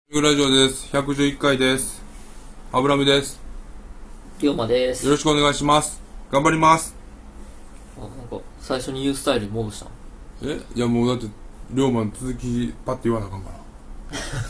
ラジオです。111回です。油見です。 龍馬です。 よろしくお願いします。頑張ります。 なんか最初に言うスタイルに戻したの？ いやもうだって龍馬の続きパッて言わなあかんから。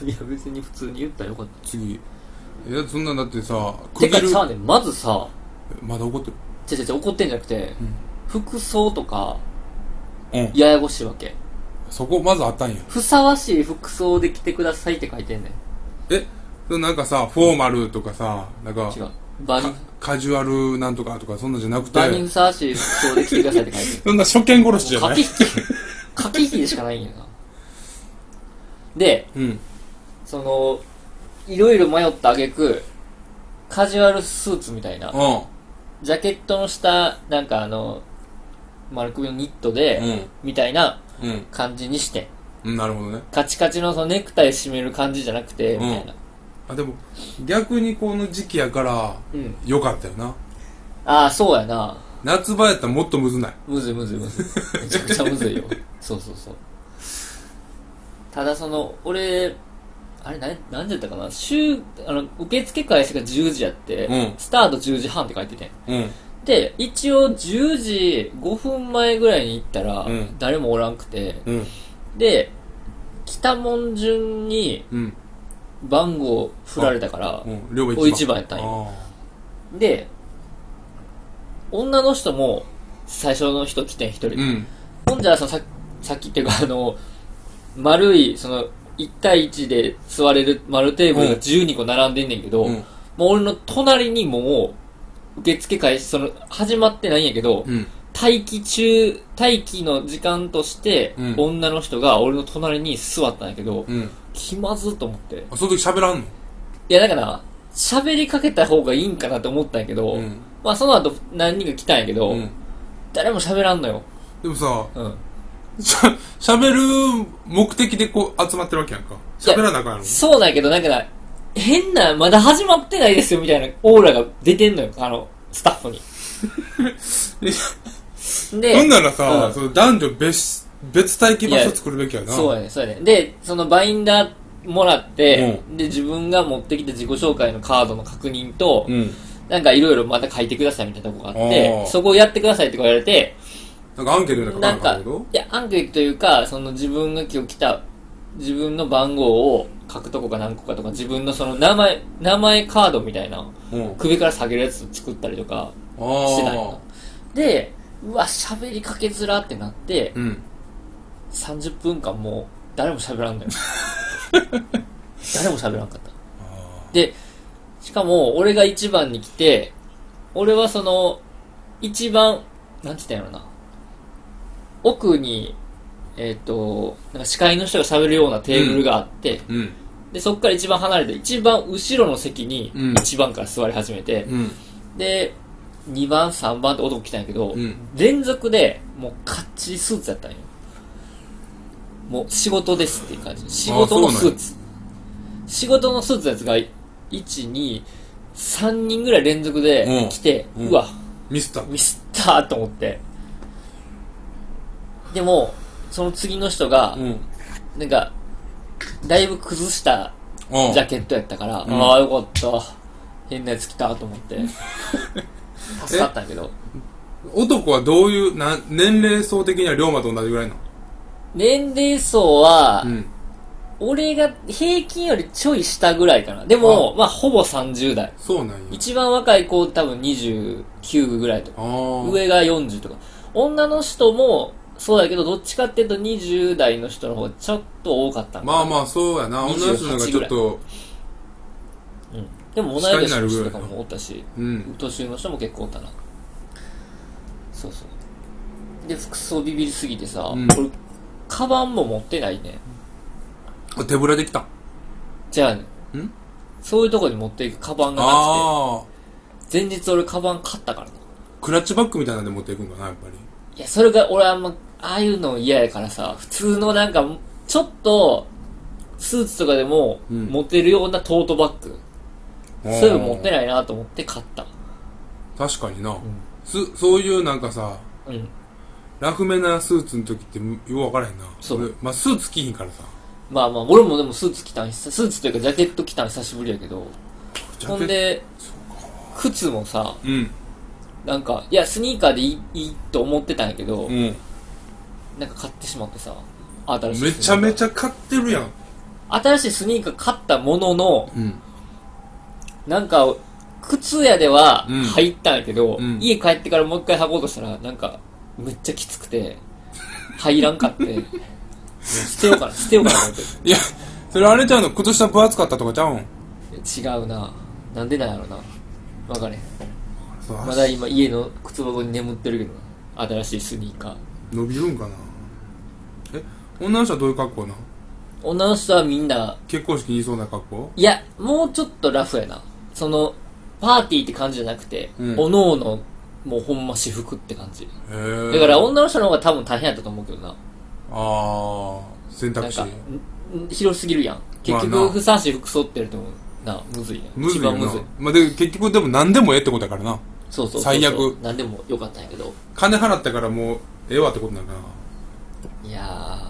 いや別に普通に言ったらよかった。 次。いやそんなんだってさ、 てかさね、まずさ、 まだ怒ってる？ 怒ってんじゃなくて、服装とかうん。 ややこしいわけ。 そこまずあったんや。 ふさわしい服装で着てくださいって書いてんねん。 それなんかさ、フォーマルとかさ、なんか違う。場にカジュアルなんとかとかそんなんじゃなくて、 場にふさわしい服装で着てくださいって書いてる。 そんな初見殺しじゃない？ 駆け引きでしかないんやな。で、 うん。 いろいろ迷った挙句、カジュアルスーツみたいな、 うん。 ジャケットの下、なんか丸首のニットで、みたいな感じにして、 なるほどね。 カチカチのそのネクタイ締める感じじゃなくて、みたいな。 あ、でも逆にこの時期やから良かったよな。 ああ、そうやな。 夏場やったらもっとむずない？ むずい。めちゃくちゃむずいよ。そう。ただ俺、あれ何時やったかな、受付開始が10時やって、スタート10時半って書いてて。で、一応10時5分前ぐらいに行ったら、誰もおらんくて、で、来たもん順に、番号振られたから、お一番やったんよ。で、女の人も最初の人来てん一人。ほんじゃさっきっていうか丸い、1対1で座れる丸テーブルが12個並んでんねんけど、もう俺の隣にもう、受付開始、始まってないんやけど、待機の時間として、女の人が俺の隣に座ったんやけど、気まずっと思って。 その時喋らんの？ いや、だから、喋りかけた方がいいんかなと思ったんやけど、まあその後何人か来たんやけど、誰も喋らんのよ。 でもさ、喋る目的でこう集まってるわけやんか。喋らなあかんやろ。 そうなんやけど、変な、まだ始まってないですよみたいなオーラが出てんのよ、スタッフに。で、 ほんならさ、男女別待機場所作るべきやな。 そうやね。で、バインダーもらって、で、自分が持ってきた自己紹介のカードの確認と、なんかいろいろまた書いてくださいみたいなとこがあって、そこをやってくださいって言われて、 なんかアンケートみたいなこと？ いや、アンケートというか、自分が今日来た、自分の番号を書くとこか何個かとか、自分の名前カードみたいな、首から下げるやつ作ったりとかしてたんよ。で、うわ、喋りかけづらってなって、30分間もう誰も喋らんのよ。誰も喋らんかった。で、しかも俺が一番に来て、俺は一番、なんて言ったんやろな。奥に、なんか司会の人が喋るようなテーブルがあって、で、そっから一番離れて、一番後ろの席に一番から座り始めて、で、2番、3番って男来たんやけど、連続でもうかっちりスーツやったんよ。もう仕事ですっていう感じ。仕事のスーツ。仕事のスーツのやつが、1、2、3人ぐらい連続で来て、うわ、 ミスったーと思って。でも、その次の人が、なんか、だいぶ崩したジャケットやったから、ああ、よかった。変なやつ来たと思って。助かったんやけど。 男はどういう、年齢層的には龍馬と同じぐらいの？ 年齢層は、俺が平均よりちょい下ぐらいかな。でも、まあ、ほぼ30代。 そうなんや。 一番若い子多分29ぐらいとか。上が40とか。女の人も、そうだけど、どっちかっていうと20代の人の方がちょっと多かったんかな。 まあそうやな。女の人の方がちょっと、 でも同い年の人とかもおったし、年上の人も結構おったな。そう。で、服装ビビりすぎてさ、俺、カバンも持ってないね。 手ぶらできた？ じゃあね、そういうとこに持っていくカバンがなくて、前日俺カバン買ったからな。 クラッチバッグみたいなんで持っていくんかな、やっぱり。 いや、それが俺ああいうの嫌やからさ、普通のなんか、ちょっと、スーツとかでも持てるようなトートバッグ。そういうの持ってないなと思って買った。 確かにな。そういうなんかさ、ラフめなスーツの時ってよう分からへんな。まあスーツ着ひんからさ。 まあまあ、俺もでもスーツ着たん、スーツというかジャケット着たん久しぶりやけど、ほんで、靴もさ、 うん。 なんか、いや、スニーカーでいいと思ってたんやけど、 うん。 なんか買ってしまってさ、新しいめちゃめちゃ買ってるやん。 新しいスニーカー買ったものの、 うん。 なんか、靴屋ではうん入ったんやけど、 うん家帰ってからもう一回履こうとしたら、なんか、めっちゃきつくて、入らんかって、捨てようかなと思って。 いや、それあれちゃうの、靴下分厚かったとかちゃうん？ 違うな。なんでなんやろな。わかれん。 そうまだ今家の靴箱に眠ってるけどな。新しいスニーカー。 伸びるんかな。女の人はどういう格好な？ 女の人はみんな、 結婚式にいそうな格好？ いや、もうちょっとラフやな。その、パーティーって感じじゃなくて、おのおの、もうほんま私服って感じ。 へー。 だから女の人の方が多分大変やったと思うけどな。 選択肢。 なんか、広すぎるやん。結まあな局、ふさわしい服装ってやると思う。な、むずいね。 むずいよな。 一番むずい。 まあ、で、結局でも何でもええってことだからな。 そうそうそうそう。 最悪。 なんでもよかったんやけど。 金払ったからもう、ええわってことなんだな。 いや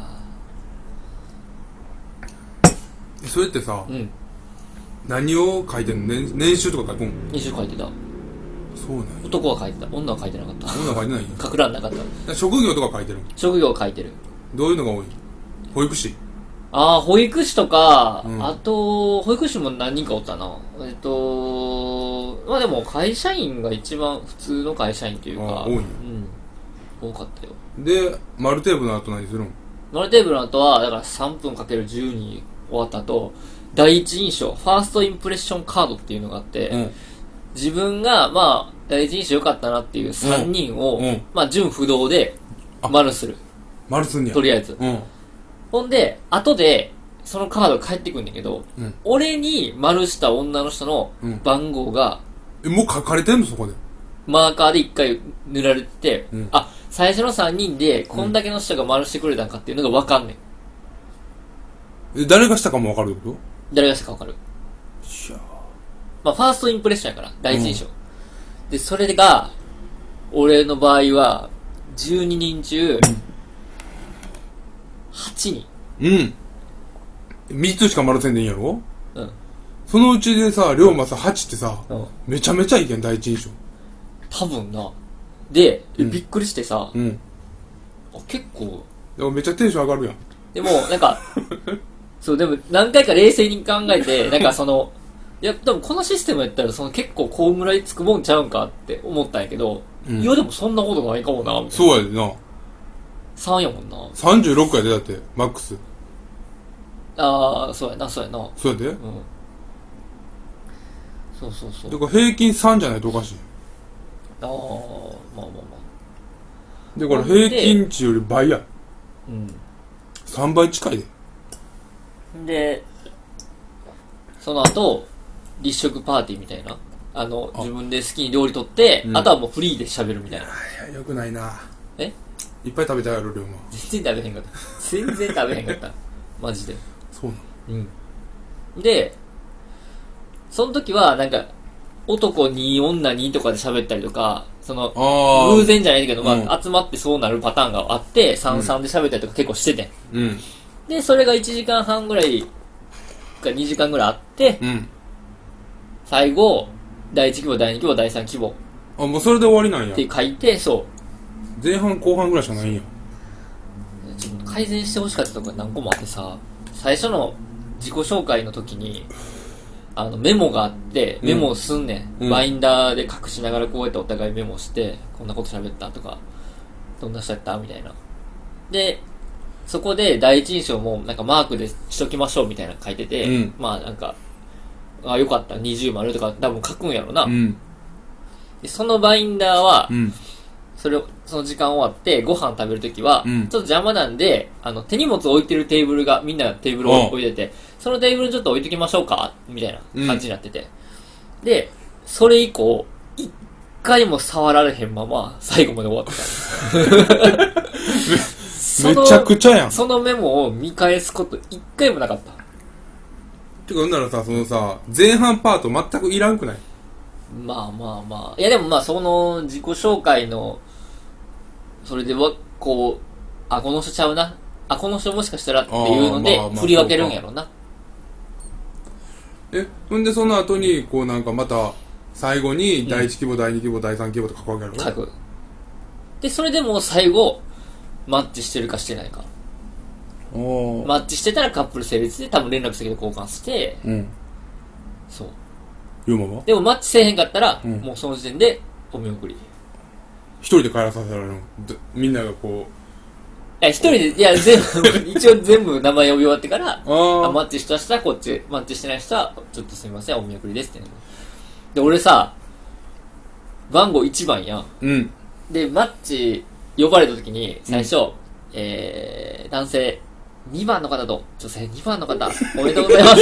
それってさ、 ー、うん。 何を書いてんの？年収とか書くん？ 二週書いてた。 そうなんや。 男は書いてた。女は書いてなかった。 女書いてないんや。 書く欄なかった。 職業とか書いてるん？ 職業は書いてる。 どういうのが多い？保育士？ ああ、保育士とか、 うんあと、保育士も何人かおったな。まあでも会社員が一番普通の会社員というか、 多いんや。 うん。多かったよ。 で、丸テーブルの後何するん？ マルテーブルの後は、だから3分かける10に終わった後、第一印象、ファーストインプレッションカードっていうのがあって、 うん。 自分が、まあ、第一印象良かったなっていう3人を、 うんまあ、純不動で、丸する。 丸すんねや。 とりあえず。 うん。 ほんで、後で、そのカードが返ってくるんだけど、 うん俺に丸した女の人の番号が、 もう書かれてんのそこで。 マーカーで1回塗られてて、 うんあ、最初の3人で、こんだけの人が丸してくれたんかっていうのが分かんねん。 誰がしたかもわかるってこと？ 誰がしたか分かる。 しゃまあ、ファーストインプレッションやから、第一印象。で、それが、俺の場合は、12人中、8人。 うん。3つしか丸せんでいいんやろ？ うん。 そのうちでさ、龍馬さ、8ってさ、 うん。 めちゃめちゃいけん、第一印象。 多分な。で、 うんびっくりしてさ、 うん。 あ結構、 でもめっちゃテンション上がるやん。 でも、なんか、そう、でも何回か冷静に考えて、なんかその、いや、でもこのシステムやったら、その結構こうぐらいつくもんちゃうんかって思ったんやけど、 うんいやでもそんなことないかもな、みたいな。 そうやでな。 3やもんな。 36やで、だって、マックス。 ああ、そうやな、そうやな。 そうやで。 うん。そうそうそう。 だから平均3じゃないとおかしい。 ああ、まあまあまあ。 だから平均値より倍や。 うん。 3倍近いで。 で、その後、立食パーティーみたいな。自分で好きに料理取って、 うんあとはもうフリーで喋るみたいな。 いや、よくないな。 えいっぱい食べたやろ、龍馬。 全然食べへんかった。全然食べへんかった。マジで。 そうなの。 うん。で、その時は、なんか、男2、女2とかで喋ったりとか、その、 ああ。 偶然じゃないけど、まあ、 う集まってそうなるパターンがあって、3、3で喋ったりとか結構してて。 うん。 で、それが1時間半ぐらいか2時間ぐらいあって、 うん。 最後、第1規模、第2規模、第3規模あ、もうそれで終わりなんやっ。て書いて、そ前半後半ぐらいしかないんや。 う。ちょっと改善してほしかったところが何個もあってさ、最初の自己紹介の時に、メモがあって、メモをすんねん。 うんバインダーで隠しながらこうやってお互いメモして、こんなこと喋ったとか、どんな人やったみたいな。で、そこで第一印象もなんかマークでしときましょうみたいなの書いてて、 うんまあなんか、あ、よかった、20丸とか多分書くんやろな。 うん。 でそのバインダーは、 うん。 その時間終わってご飯食べるときは、 うんちょっと邪魔なんで、手荷物置いてるテーブルが、みんなテーブルを置いてて、そのテーブルちょっと置いときましょうかみたいな感じになってて。で、それ以降、一回も触られへんまま、最後まで終わってた。 めちゃくちゃやん。 そのメモを見返すこと一回もなかった。 てか、ほんならさ、そのさ、前半パート全くいらんくない？ まあまあまあ。いやでもまあその自己紹介の、それでは、こう、あ、この人ちゃうな。 あ、この人もしかしたらっていうので、振り分けるんやろな。 ほんでその後に、こうなんかまた、最後に、第1規模、第2規模、第3規模と書くわけやろ？ 書く。で、それでもう最後、マッチしてるかしてないか。マッチしてたらカップル成立で多分連絡先で交換して、そう。 ユーマは？ でもマッチせえへんかったら、もうその時点でお見送り。 一人で帰らさせられるの？みんながこう。 いや、一人で、いや、全部、一応全部名前呼び終わってから、マッチした人はこっち、マッチしてない人は、ちょっとすみません、お見送りですって。で、俺さ、番号1番やん。で、マッチ呼ばれた時に、最初、男性、2番の方と女性2番の方、おめでとうございますって。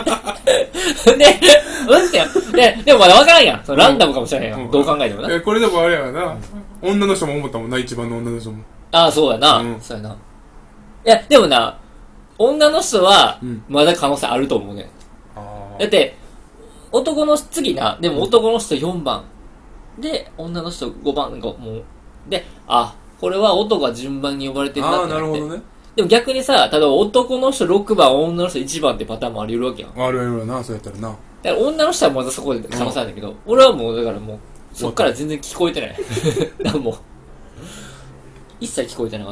でもまだ分からんやん。そのランダムかもしれへんやん。どう考えてもな。 これでもあれやな。女の人も思ったもんな、一番の女の人も。 ああ、そうやな。そうやな。いや、でもな、女の人は、まだ可能性あると思うね。だって、男の次な、でも男の人4番。で、女の人5番がもう、で、これは男が順番に呼ばれてるなって。 なるほどね。 でも逆にさ、例えば男の人6番、女の人1番ってパターンもあり得るわけやん。 あるあるな、そうやったらな。 だから女の人はまだそこで可能性あるんだけど、俺はもうだからもう、そっから全然聞こえてない。なんも。一切聞こえてなかった。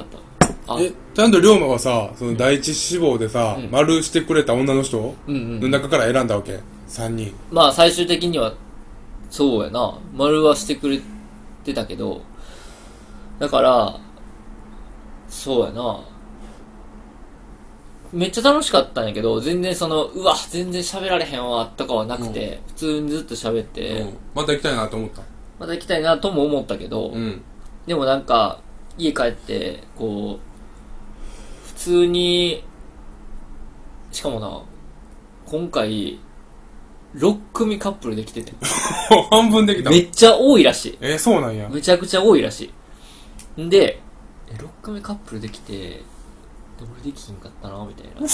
ちゃんと龍馬はさ、その第一志望でさ、丸してくれた女の人の中から選んだわけ ?3 人。 まあ最終的には、そうやな。丸はしてくれてたけど、だから、そうやな。めっちゃ楽しかったんやけど、全然全然喋られへんわ、とかはなくて、普通にずっと喋って、 また行きたいなと思った。 また行きたいなとも思ったけど、でもなんか、家帰って、こう、普通に、しかもな、今回、6組カップルできてて。 半分できた。 めっちゃ多いらしい。 そうなんや。 めちゃくちゃ多いらしい。んで、6組カップルできて、俺できひんかったな、みたいな。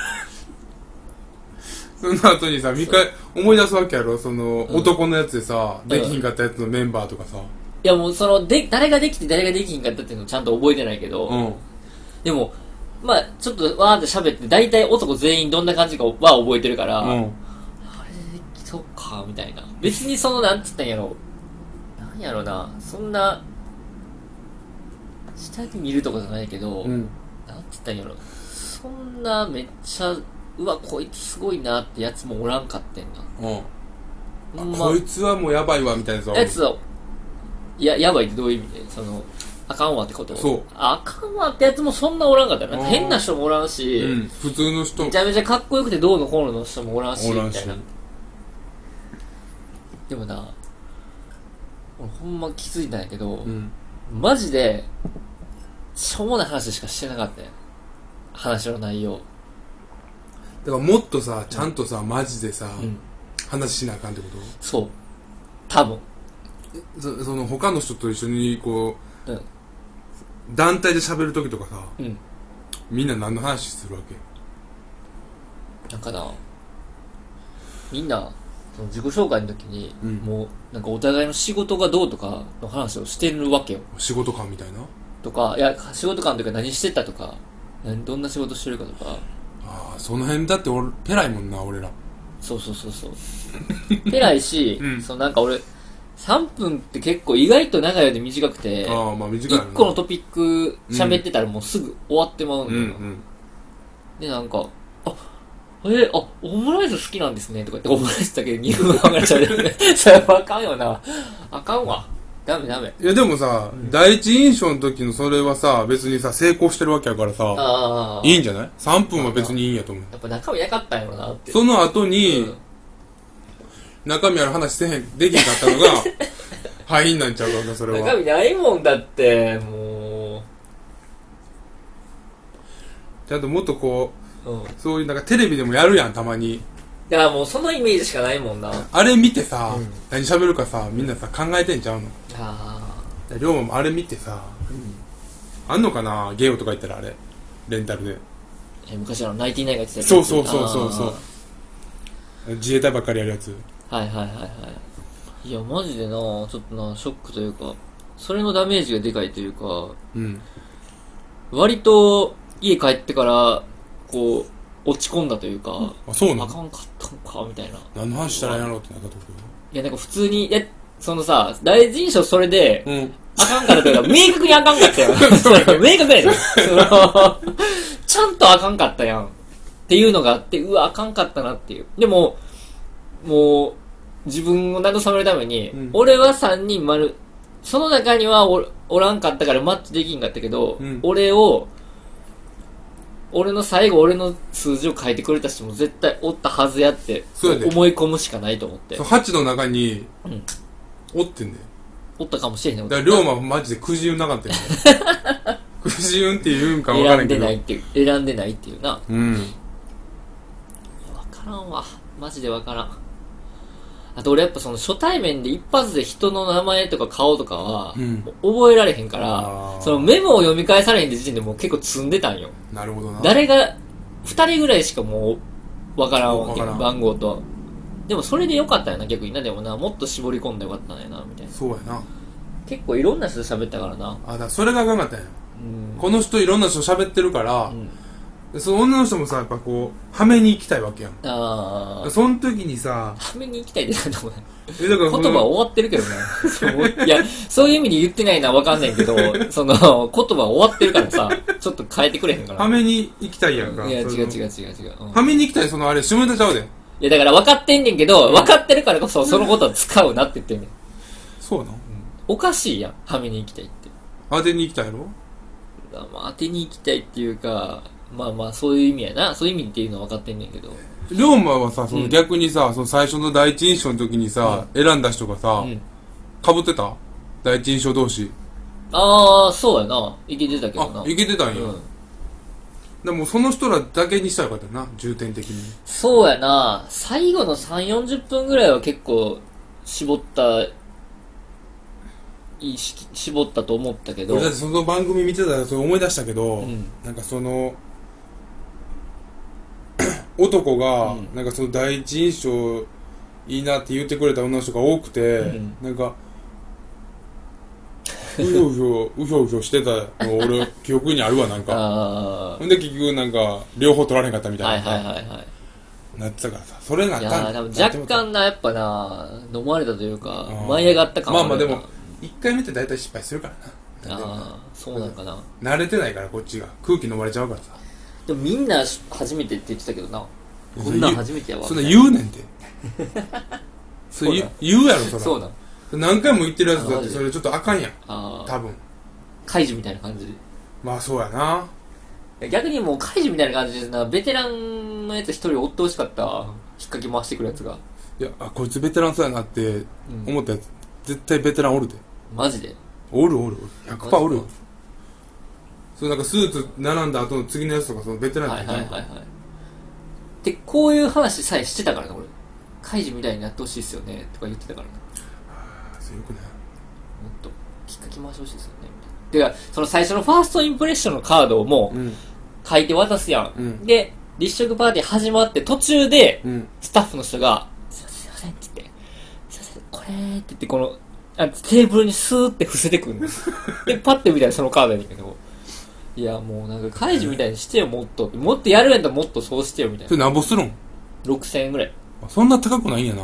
その後にさ、思い出すわけやろその、男のやつでさ、できひんかったやつのメンバーとかさ。 いやもう誰ができて誰ができひんかったっていうのをちゃんと覚えてないけど、でも、まあちょっとわーって喋って、大体男全員どんな感じかは覚えてるから、あれできそうか、みたいな。別になんつったんやろ。なんやろな、そんな、下で見るとかじゃないけど、なんつったんやろ。そんなめっちゃ、うわ、こいつすごいなってやつもおらんかってんな。 こいつはもうやばいわ、みたいなやつを、やばいってどういう意味であかんわってこと？ そう。 あかんわってやつもそんなおらんかったよ。変な人もおらんし、 普通の人めちゃめちゃかっこよくてどうのこうの人もおらんし、みたいな。でもな、俺ほんま気づいたんやけど、マジで、しょうもない話しかしてなかったよ。話の内容。 だからもっとさ、ちゃんとさ、マジでさ、話しなあかんってこと？ そう。多分。 その他の人と一緒にこう、団体で喋るときとかさ、みんな何の話するわけ？ なんかな、みんなその自己紹介の時に、もうなんかお互いの仕事がどうとかの話をしてるわけよ。 仕事感みたいなとか、いや仕事感というか何してたとか、どんな仕事してるかとか。 その辺だってペラいもんな、俺ら。 そうペラいし、なんか俺3分って結構意外と長いようで短くて、1個のトピック喋ってたらもうすぐ終わってまうんだよ、でなんかオムライス好きなんですねとか言って、オムライスだけで2分半ぐらい喋るそれはあかんよな。あかんわ。ダメ。 いやでもさ、第一印象の時のそれはさ、別にさ、成功してるわけやからさ、いいんじゃない？ 3 分は別にいいんやと思う。 やっぱ中身なかったんやろなって。 その後に、中身ある話できんかったのが、敗因なんちゃうかな、それは。 中身ないもんだって、もう。 ちゃんともっとこう、そういうなんかテレビでもやるやん、たまに。 いやもうそのイメージしかないもんな。 あれ見てさ、何喋るかさ、みんなさ、考えてんちゃうの？龍馬もあれ見てさ、あんのかな、ゲオとか言ったらあれ、レンタルで。 昔ナインティナインが言ってたやつ。 そう自衛隊ばっかりやるやつ。 いやマジでな、ちょっとな、ショックというか、それのダメージがでかいというか、割と家帰ってから、こう、落ち込んだというか、 あ、そうなの？ あかんかったんか、みたいな。 何の話したらやろうってなった時？ いや、なんか普通に、そのさ、第一印象それで、あかんかったというか、明確にあかんかったやん。明確やねん。ちゃんとあかんかったやん。っていうのがあって、うわ、あかんかったなっていう。でも、もう、自分を慰めるために、俺は3人その中にはおらんかったからマッチできんかったけど、俺の最後、俺の数字を書いてくれた人も絶対おったはずやって、思い込むしかないと思って。 8の中に、おってんだよ。 おったかもしれへん。 だから、龍馬マジでくじ運なかったよね。くじ運って言うんか分からんけど。選んでないっていうな。分からんわ。マジで分からん。あと俺やっぱその初対面で一発で人の名前とか顔とかは、覚えられへんから、そのメモを読み返されへんって時点でもう結構積んでたんよ。 なるほどな。 誰が、2人ぐらいしかもう分からんわけ、番号と。でもそれでよかったよな、逆にな。でもな、もっと絞り込んでよかったんやな、みたいな。 そうやな。 結構いろんな人と喋ったからな。 だからそれが分かったんや。この人いろんな人喋ってるから、その女の人もさ、やっぱこう、はめに行きたいわけやん。その時にさ、 はめに行きたいってなんだもんね。言葉は終わってるけどね。いや、そういう意味で言ってないのはわかんないけど、その、言葉は終わってるからさ、ちょっと変えてくれへんから。 はめに行きたいやんか。 いや、違う。 はめに行きたい、そのあれ、下ネタちゃうで。 いや、だから分かってんねんけど、分かってるからこそ、そのことは使うなって言ってんねん。 そうなの？ おかしいやん、はめに行きたいって。 当てに行きたいやろ？ まあ、当てに行きたいっていうか、まあまあ、そういう意味やな。そういう意味っていうのは分かってんねんけど。 龍馬はさ、その逆にさ、その最初の第一印象の時にさ、選んだ人がさ、被ってた？第一印象同士。 ああ、そうやな。いけてたけどな。 いけてたんや。でもその人らだけにしたらよかったな、重点的に。 そうやな。最後の3、40分ぐらいは結構、絞ったと思ったけど。 俺だってその番組見てたらそれ思い出したけど、なんかその、男が、なんかその第一印象いいなって言ってくれた女の人が多くて、なんか、うひょうひょしてたの俺、記憶にあるわ、なんか。ほんで結局なんか、両方取られへんかったみたいな。なってたからさ、それなったんだ。 いや多分若干な、やっぱな、飲まれたというか、舞い上がった感まあまあでも、一回見て大体失敗するからな。 そうなんかな。 慣れてないから、こっちが。空気飲まれちゃうからさ。 でもみんな初めてって言ってたけどな。こんなん初めてやわ。 そんな言うねんて。それ言うやろ、そら。 そうなん。 何回も言ってるやつだって、それちょっとあかんやん。多分。 カイジみたいな感じで。 まあそうやな。 逆にもうカイジみたいな感じでな、ベテランのやつ一人おってほしかった。引っかき回してくるやつが。 いや、こいつベテランそうやなって思ったやつ、絶対ベテランおるで。 マジでおる。100% おるよ。そうなんかスーツ並んだ後の次のやつとかそのベテランじゃない。 で、こういう話さえしてたからな、俺。カイジみたいになってほしいっすよね、とか言ってたからな。 そういうことね。 もっと、引っかき回してほしいっすよね、みたいな。てか、その最初のファーストインプレッションのカードをもう、書いて渡すやん。で、立食パーティー始まって途中で、スタッフの人が、すいませんって言って、すいません、これって言って、この、テーブルにスーって伏せてくるんです。で、パッて見たらそのカードやねんけど、いや、もうなんか、カイジみたいにしてよ、もっと。もっとやるんやったらもっとそうしてよ、みたいな。 それなんぼするん？ 6000 円ぐらい。 そんな高くないんやな。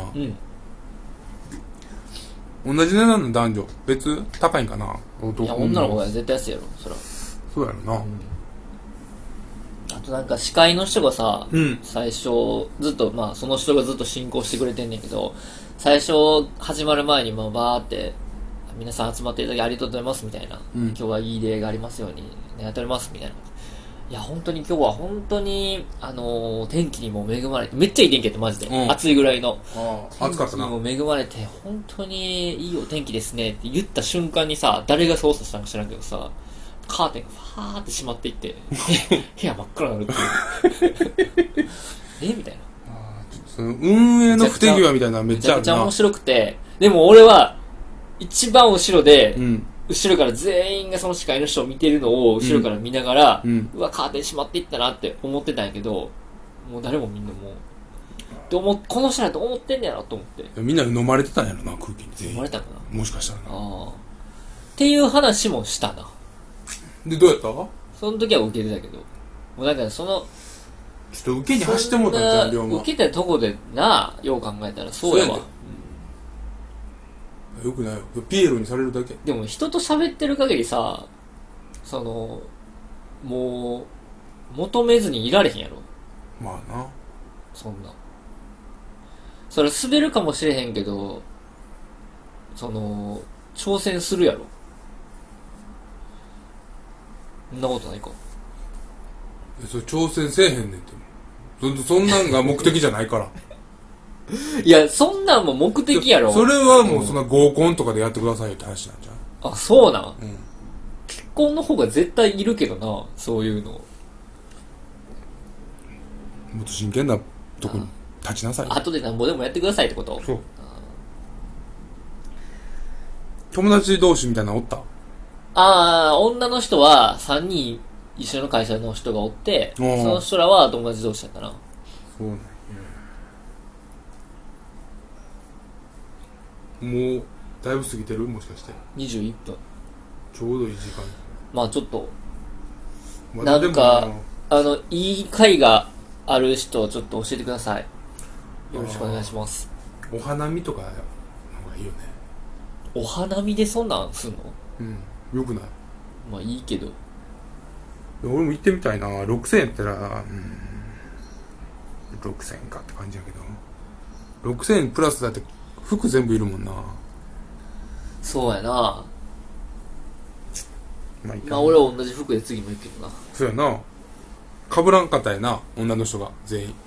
同じ値段の男女、別高いんかな？ いや、女の子が絶対安いやろ、そら。 そうやろな。 あとなんか司会の人がさ、最初ずっとまあその人がずっと進行してくれてんねんけど、最初始まる前にバーって皆さん集まっていただきありがとうございますみたいな、今日はいい例がありますように願っておりますみたいな。いや本当に今日は本当に天気にも恵まれて、めっちゃいい天気やってマジで、暑いぐらいの暑かったな。 天気にも恵まれて本当にいいお天気ですねって言った瞬間にさ、誰が操作したのか知らんけどさ、カーテンがファーって閉まっていって部屋真っ暗になるっていうみたいな。 その運営の不手際みたいなのめっちゃあるな。めちゃくちゃ面白くて、でも俺は一番後ろで、後ろから全員がその司会の人を見てるのを後ろから見ながら、うわカーテン閉まっていったなって思ってたんやけど、もう誰もみんなもうこの人だと思ってんねやろと思って。 みんな飲まれてたんやろな、空気に全員。 飲まれたかな、 もしかしたらな。 っていう話もしたな。 でどうやった？ その時は受けてたけど。 もうだからそのちょっと受けに走ってもうたんじゃん、龍馬。 受けたとこでな、よう考えたらそうやわ。 よくないよ。ピエロにされるだけ。 でも人と喋ってる限りさ、そのもう求めずにいられへんやろ。 まあな。 そんな。それ滑るかもしれへんけど、その挑戦するやろ。そんなことないか。 それ挑戦せえへんねんて。そんなんが目的じゃないから。 いや、そんなんも目的やろ。 それはもうそんな合コンとかでやってくださいよって話なんじゃん。 あ、そうなん、 うん、 結婚の方が絶対いるけどな、そういうの。もっと真剣なとこに立ちなさい。 後でなんぼでもやってくださいってこと。 そう。友達同士みたいなのおった？ ああ、女の人は3人一緒の会社の人がおって、その人らは友達同士だったな。 そうなんや。もうだいぶ過ぎてる？もしかして 21分。 ちょうどいい時間。 まあちょっと、なんかいい会がある人ちょっと教えてください。よろしくお願いします。 お花見とかの方がいいよね。 お花見でそんなんすんの？ うん、よくない？ まあいいけど。 俺も行ってみたいな。6000円やったら、6000円かって感じやけど、6000円プラスだって服全部いるもんな。 そうやな。 まあ俺は同じ服で次も行くけどな。 そうやな。被らんかったやな、女の人が全員。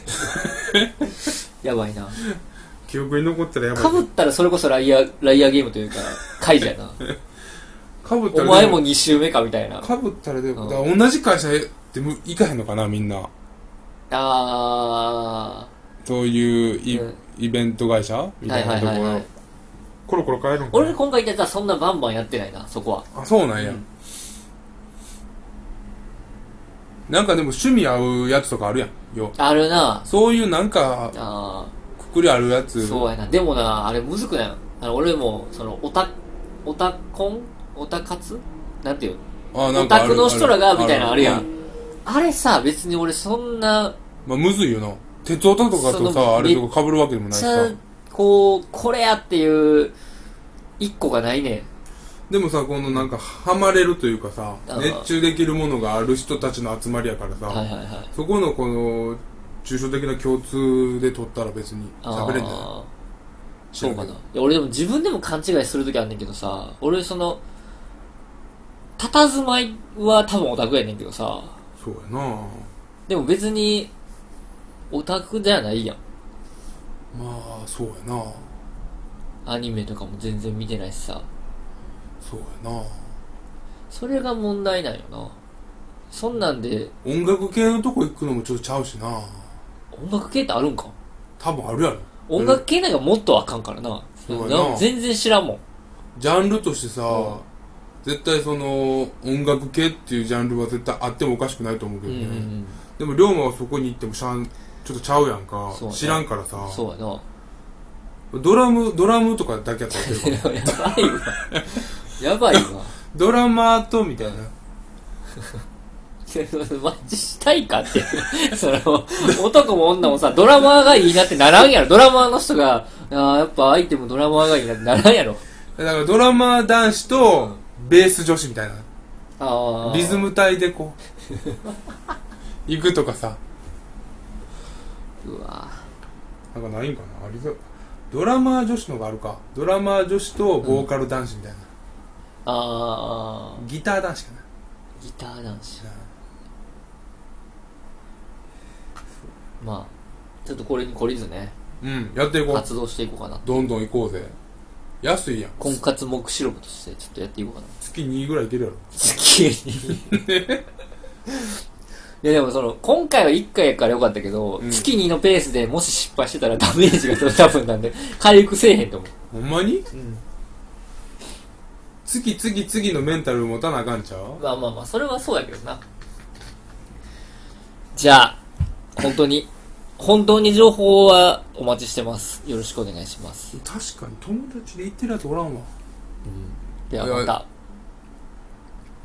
やばいな。 記憶に残ったらやばい。 被ったらそれこそライアーゲームというか怪獣やな。 被ったらお前も2周目かみたいな。 被ったらでも、同じ会社で行かへんのかな、みんな。そういうイベント会社みたいなところ、コロコロ変えるのかな。 俺今回行ったやつはそんなバンバンやってないな、そこは。 あ、そうなんや。なんかでも趣味合うやつとかあるやんよ。 あるな。 そういうなんかくくりあるやつ。 そうやな。でもな、あれむずくない？俺もそのオタ活なんていうの？オタクの人らがみたいなのあるやん。あれさ、別に俺そんな、 まあむずいよな。鉄オタとかとさ、あれとか被るわけでもないしさ。 これやっていう一個がないねん。 でもさ、このなんかハマれるというかさ、熱中できるものがある人たちの集まりやからさ、そこのこの抽象的な共通で取ったら別に喋れんじゃない？ そうかな。いや俺でも自分でも勘違いするときあんねんけどさ、俺その佇まいは多分オタクやねんけどさ。 そうやな。 でも別にオタクじゃないやん。 まあそうやな。 アニメとかも全然見てないしさ。 そうやな。 それが問題なんよな。そんなんで音楽系のとこ行くのもちょっとちゃうしな。 音楽系ってあるんか？ 多分あるやろ。 音楽系なんかもっとあかんからな。 そうやな。 全然知らんもん。 ジャンルとしてさ、絶対その音楽系っていうジャンルは絶対あってもおかしくないと思うけどね。でも龍馬はそこに行ってもちょっとちゃうやんか。知らんからさ。 そうやな。 ドラムとかだけやったらやばいわ。やばいわ。 ドラマーとみたいな。 マッチしたいかってその男も女もさ、ドラマーがいいなってならんやろ。ドラマーの人がやっぱ相手もドラマーがいいなってならんやろ。 だからドラマー男子とベース女子みたいな、リズム隊でこう行くとかさ。 うわなんかないんかな。ありそう。ドラマー女子のがあるか。ドラマー女子とボーカル男子みたいな、ギター男子かな。 ギター男子、まあちょっとこれに懲りずね、 やっていこう。 活動していこうかな。 どんどん行こうぜ。安いやん。 婚活目視録としてちょっとやっていこうかな。 月2ぐらいいけるやろ。 月2いやでも今回は1回やからよかったけど、月2のペースでもし失敗してたらダメージが多分なんで回復せえへんと思う。 ほんまに？次のメンタル持たなあかんちゃう？ まあそれはそうやけどな。じゃあ本当に情報はお待ちしてます。よろしくお願いします。 確かに友達で言ってるやつおらんわ。 ではまた。